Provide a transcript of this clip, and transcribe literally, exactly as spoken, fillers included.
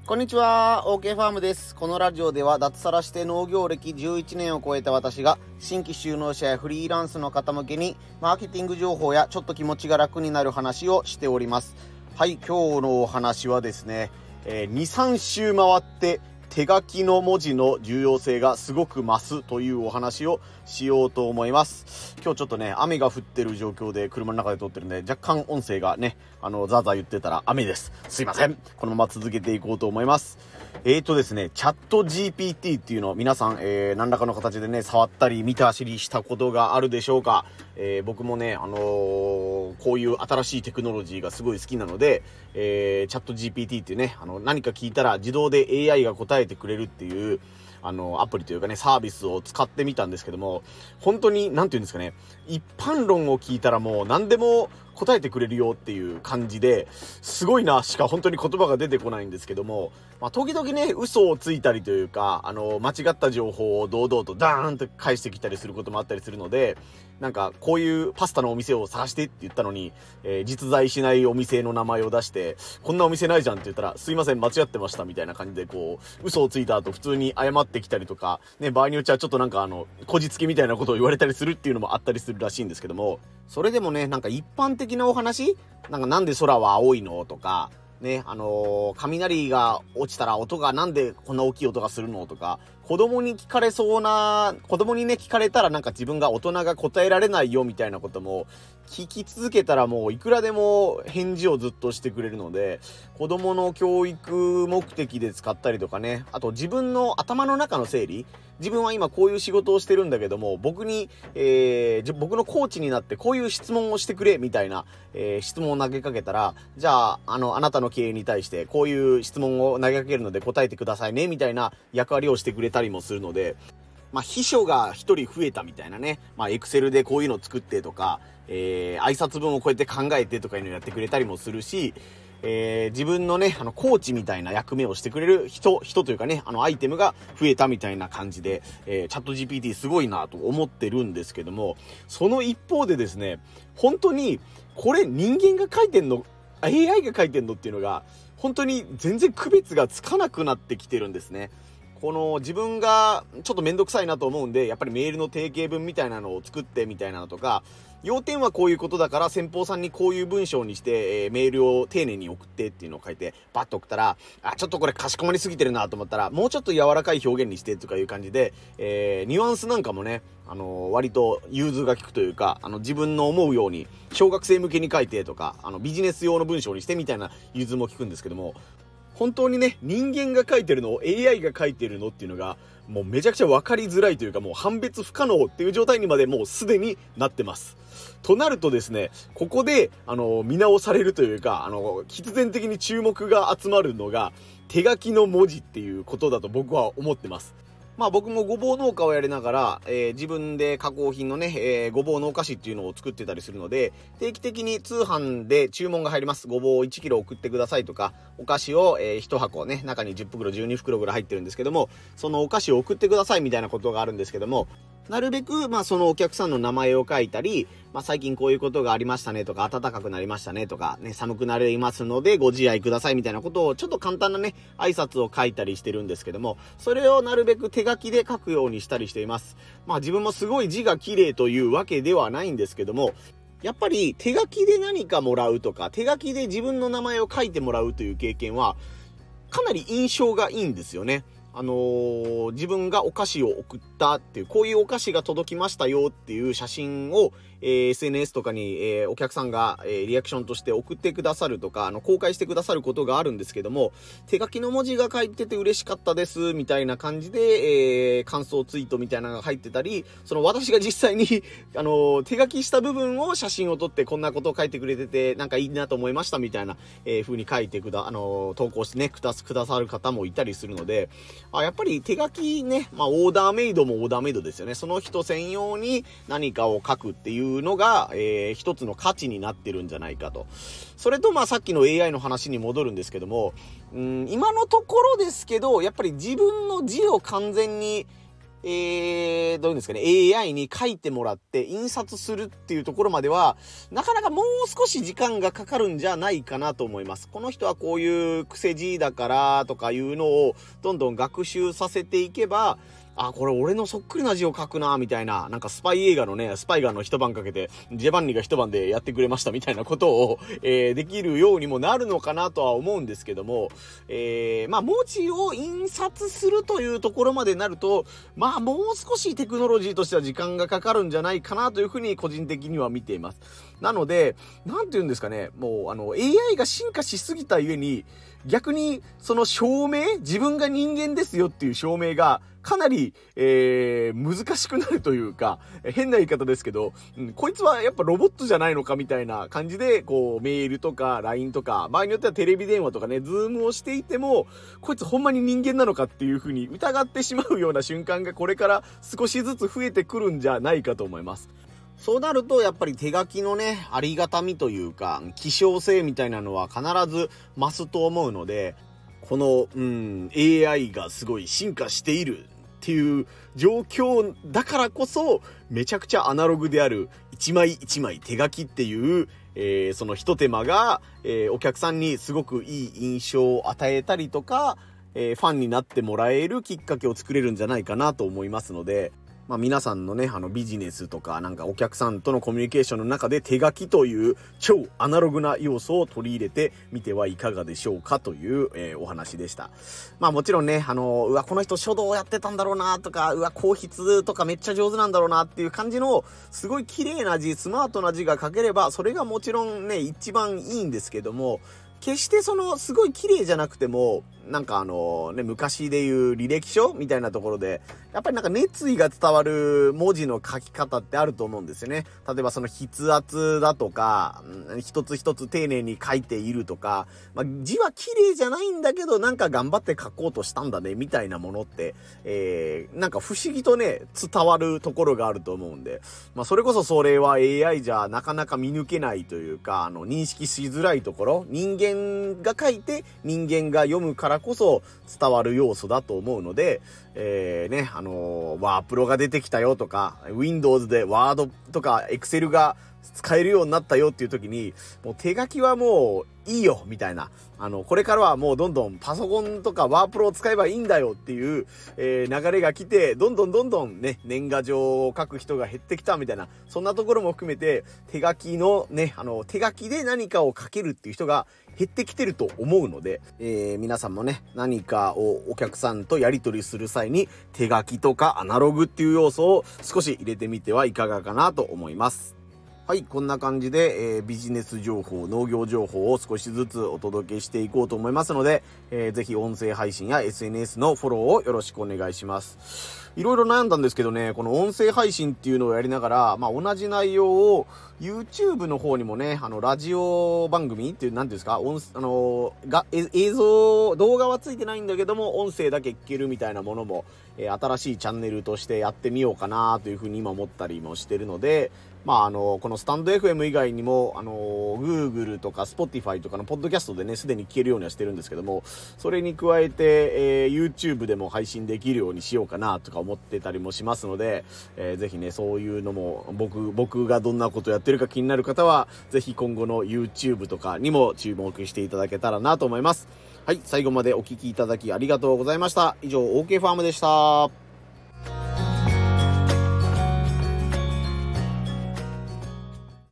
こんにちは、オーケー ファームです。このラジオでは脱サラして農業歴じゅういちねんを超えた私が新規就農者やフリーランスの方向けにマーケティング情報やちょっと気持ちが楽になる話をしております。はい、今日のお話はですね、えー、にさん週回って手書きの文字の重要性がすごく増すというお話をしようと思います。今日ちょっとね、雨が降ってる状況で車の中で撮ってるんで、若干音声がね、あの、ザーザー言ってたら雨です。すいません。このまま続けていこうと思います。えーとですね、チャット ジーピーティー っていうのを皆さん、えー、何らかの形でね、触ったり見たりしたことがあるでしょうか。えー、僕もね、あのー、こういう新しいテクノロジーがすごい好きなので、えー、チャット ジーピーティー っていうね、あの、何か聞いたら自動で エーアイ が答えてくれるっていう、あの、アプリというかね、サービスを使ってみたんですけども、本当に、なんていうんですかね、一般論を聞いたらもう何でも答えてくれるよっていう感じで、すごいなしか本当に言葉が出てこないんですけども、まあ、時々ね、嘘をついたりというか、あの、間違った情報を堂々とダーンと返してきたりすることもあったりするので、なんか、こういうパスタのお店を探してって言ったのに、えー、実在しないお店の名前を出して、こんなお店ないじゃんって言ったら、すいません、間違ってましたみたいな感じで、こう、嘘をついた後普通に謝ってきたりとか、ね、場合によっちゃちょっとなんかあの、こじつけみたいなことを言われたりするっていうのもあったりするらしいんですけども、それでもね、なんか一般的なお話、なんかなんで空は青いのとか、ね、あのー、雷が落ちたら音がなんでこんな大きい音がするのとか、子供に聞かれそうな、子供にね、聞かれたらなんか自分が大人が答えられないよみたいなことも、聞き続けたらもういくらでも返事をずっとしてくれるので、子供の教育目的で使ったりとかね、あと自分の頭の中の整理、自分は今こういう仕事をしてるんだけども、僕に、えー、僕のコーチになってこういう質問をしてくれみたいな、えー、質問を投げかけたら、じゃあ、あの、あなたの経営に対してこういう質問を投げかけるので答えてくださいねみたいな役割をしてくれたりもするので、まあ、秘書が一人増えたみたいなね、まあ、エクセルでこういうのを作ってとか、えー、挨拶文をこうやって考えてとかいうのをやってくれたりもするし、えー、自分のね、あの、コーチみたいな役目をしてくれる人、人というかね、あの、アイテムが増えたみたいな感じで、えー、チャット ジーピーティー すごいなと思ってるんですけども、その一方でですね、本当に、これ人間が書いてんの、エーアイ が書いてんのっていうのが、本当に全然区別がつかなくなってきてるんですね。この自分がちょっとめんどくさいなと思うんで、やっぱりメールの定型文みたいなのを作ってみたいなのとか、要点はこういうことだから先方さんにこういう文章にして、えー、メールを丁寧に送ってっていうのを書いてバッと送ったら、あ、ちょっとこれかしこまりすぎてるなと思ったら、もうちょっと柔らかい表現にしてとかいう感じで、えー、ニュアンスなんかもね、あのー、割と融通が利くというか、あの自分の思うように小学生向けに書いてとか、あのビジネス用の文章にしてみたいな融通も利くんですけども、本当にね、人間が書いてるのを エーアイ が書いてるのっていうのが、もうめちゃくちゃ分かりづらいというか、もう判別不可能っていう状態にまでもうすでになってます。となるとですね、ここで、あの、見直されるというか、あの、必然的に注目が集まるのが、手書きの文字っていうことだと僕は思ってます。まあ僕もごぼう農家をやりながら、えー、自分で加工品のね、えー、ごぼうのお菓子っていうのを作ってたりするので、定期的に通販で注文が入ります。ごぼうをいちキロ送ってくださいとか、お菓子を、えー、いち箱ね、中にじゅっ袋、じゅうに袋ぐらい入ってるんですけども、そのお菓子を送ってくださいみたいなことがあるんですけども、なるべく、まあ、そのお客さんの名前を書いたり、まあ、最近こういうことがありましたねとか、暖かくなりましたねとか、ね、寒くなりますのでご自愛くださいみたいなことを、ちょっと簡単なね、挨拶を書いたりしてるんですけども、それをなるべく手書きで書くようにしたりしています。まあ、自分もすごい字が綺麗というわけではないんですけども、やっぱり手書きで何かもらうとか、手書きで自分の名前を書いてもらうという経験は、かなり印象がいいんですよね。あのー、自分がお菓子を送ったっていう、こういうお菓子が届きましたよっていう写真を、えー、エスエヌエス とかに、えー、お客さんが、えー、リアクションとして送ってくださるとか、あの、公開してくださることがあるんですけども、手書きの文字が書いてて嬉しかったです、みたいな感じで、えー、感想ツイートみたいなのが入ってたり、その私が実際に、あのー、手書きした部分を写真を撮ってこんなことを書いてくれてて、なんかいいなと思いましたみたいな、えー、風に書いてくだ、あのー、投稿してね、くだ、くださる方もいたりするので、あ、やっぱり手書きね、まあオーダーメイドもオーダーメイドですよね。その人専用に何かを書くっていうのが、えー、一つの価値になってるんじゃないかと。それとまあさっきの エーアイ の話に戻るんですけども、うん、今のところですけど、やっぱり自分の字を完全にえー、どういうんですかね、エーアイ に書いてもらって印刷するっていうところまでは、なかなかもう少し時間がかかるんじゃないかなと思います。この人はこういう癖字だからとかいうのをどんどん学習させていけば、あ、これ俺のそっくりな字を書くな、みたいな、なんかスパイ映画のね、スパイガーの一晩かけて、ジェバンニが一晩でやってくれましたみたいなことを、えー、できるようにもなるのかなとは思うんですけども、えー、まあ、文字を印刷するというところまでなると、まあ、もう少しテクノロジーとしては時間がかかるんじゃないかなというふうに個人的には見ています。なので、なんて言うんですかね、もう、あの、エーアイ が進化しすぎたゆえに、逆に、その証明、自分が人間ですよっていう証明が、かなり、えー、難しくなるというか、変な言い方ですけど、うん、こいつはやっぱロボットじゃないのかみたいな感じで、こう、メールとか ライン とか、場合によってはテレビ電話とかね、ズームをしていても、こいつほんまに人間なのかっていう風に疑ってしまうような瞬間がこれから少しずつ増えてくるんじゃないかと思います。そうなると、やっぱり手書きのね、ありがたみというか、希少性みたいなのは必ず増すと思うので、この、うん、エーアイ がすごい進化しているっていう状況だからこそ、めちゃくちゃアナログである一枚一枚手書きっていう、えー、その一手間が、えー、お客さんにすごくいい印象を与えたりとか、えー、ファンになってもらえるきっかけを作れるんじゃないかなと思いますので、まあ皆さんのね、あのビジネスとかなんかお客さんとのコミュニケーションの中で手書きという超アナログな要素を取り入れてみてはいかがでしょうかという、えー、お話でした。まあもちろんね、あの、うわ、この人書道やってたんだろうなとか、うわ、硬筆とかめっちゃ上手なんだろうなっていう感じのすごい綺麗な字、スマートな字が書ければ、それがもちろんね、一番いいんですけども、決してそのすごい綺麗じゃなくても、なんかあのね、昔でいう履歴書みたいなところで、やっぱりなんか熱意が伝わる文字の書き方ってあると思うんですよね。例えばその筆圧だとか、一つ一つ丁寧に書いているとか、まあ、字は綺麗じゃないんだけど、なんか頑張って書こうとしたんだね、みたいなものって、えー、なんか不思議とね、伝わるところがあると思うんで、まあそれこそそれは エーアイ じゃなかなか見抜けないというか、あの、認識しづらいところ、人間が書いて人間が読むからこそ伝わる要素だと思うので、えー、ね、あのー、ワープロが出てきたよとか、Windows で Word とか Excel が使えるようになったよっていう時に、もう手書きはもういいよみたいな、あのこれからはもうどんどんパソコンとかワープロを使えばいいんだよっていう、えー、流れが来て、どんどんどんどんね、年賀状を書く人が減ってきたみたいな、そんなところも含めて手書きのね、あの手書きで何かを書けるっていう人が減ってきてると思うので、えー、皆さんもね、何かをお客さんとやり取りする際に手書きとかアナログっていう要素を少し入れてみてはいかがかなと思います。はい、こんな感じで、えー、ビジネス情報、農業情報を少しずつお届けしていこうと思いますので、えー、ぜひ音声配信や エスエヌエス のフォローをよろしくお願いします。いろいろ悩んだんですけどね、この音声配信っていうのをやりながら、まあ同じ内容を YouTube の方にもね、あのラジオ番組っていう、なんていうんですか、音あのが映像、動画はついてないんだけども、音声だけ聞けるみたいなものも、えー、新しいチャンネルとしてやってみようかなというふうに今思ったりもしてるので、まああのこのスタンド エフエム 以外にもあの Google とか Spotify とかのポッドキャストでねすでに聞けるようにはしてるんですけども、それに加えて、えー、YouTube でも配信できるようにしようかなとか思ってたりもしますので、えー、ぜひねそういうのも僕僕がどんなことやってるか気になる方はぜひ今後の YouTube とかにも注目していただけたらなと思います。はい、最後までお聞きいただきありがとうございました。以上 OK ファームでした。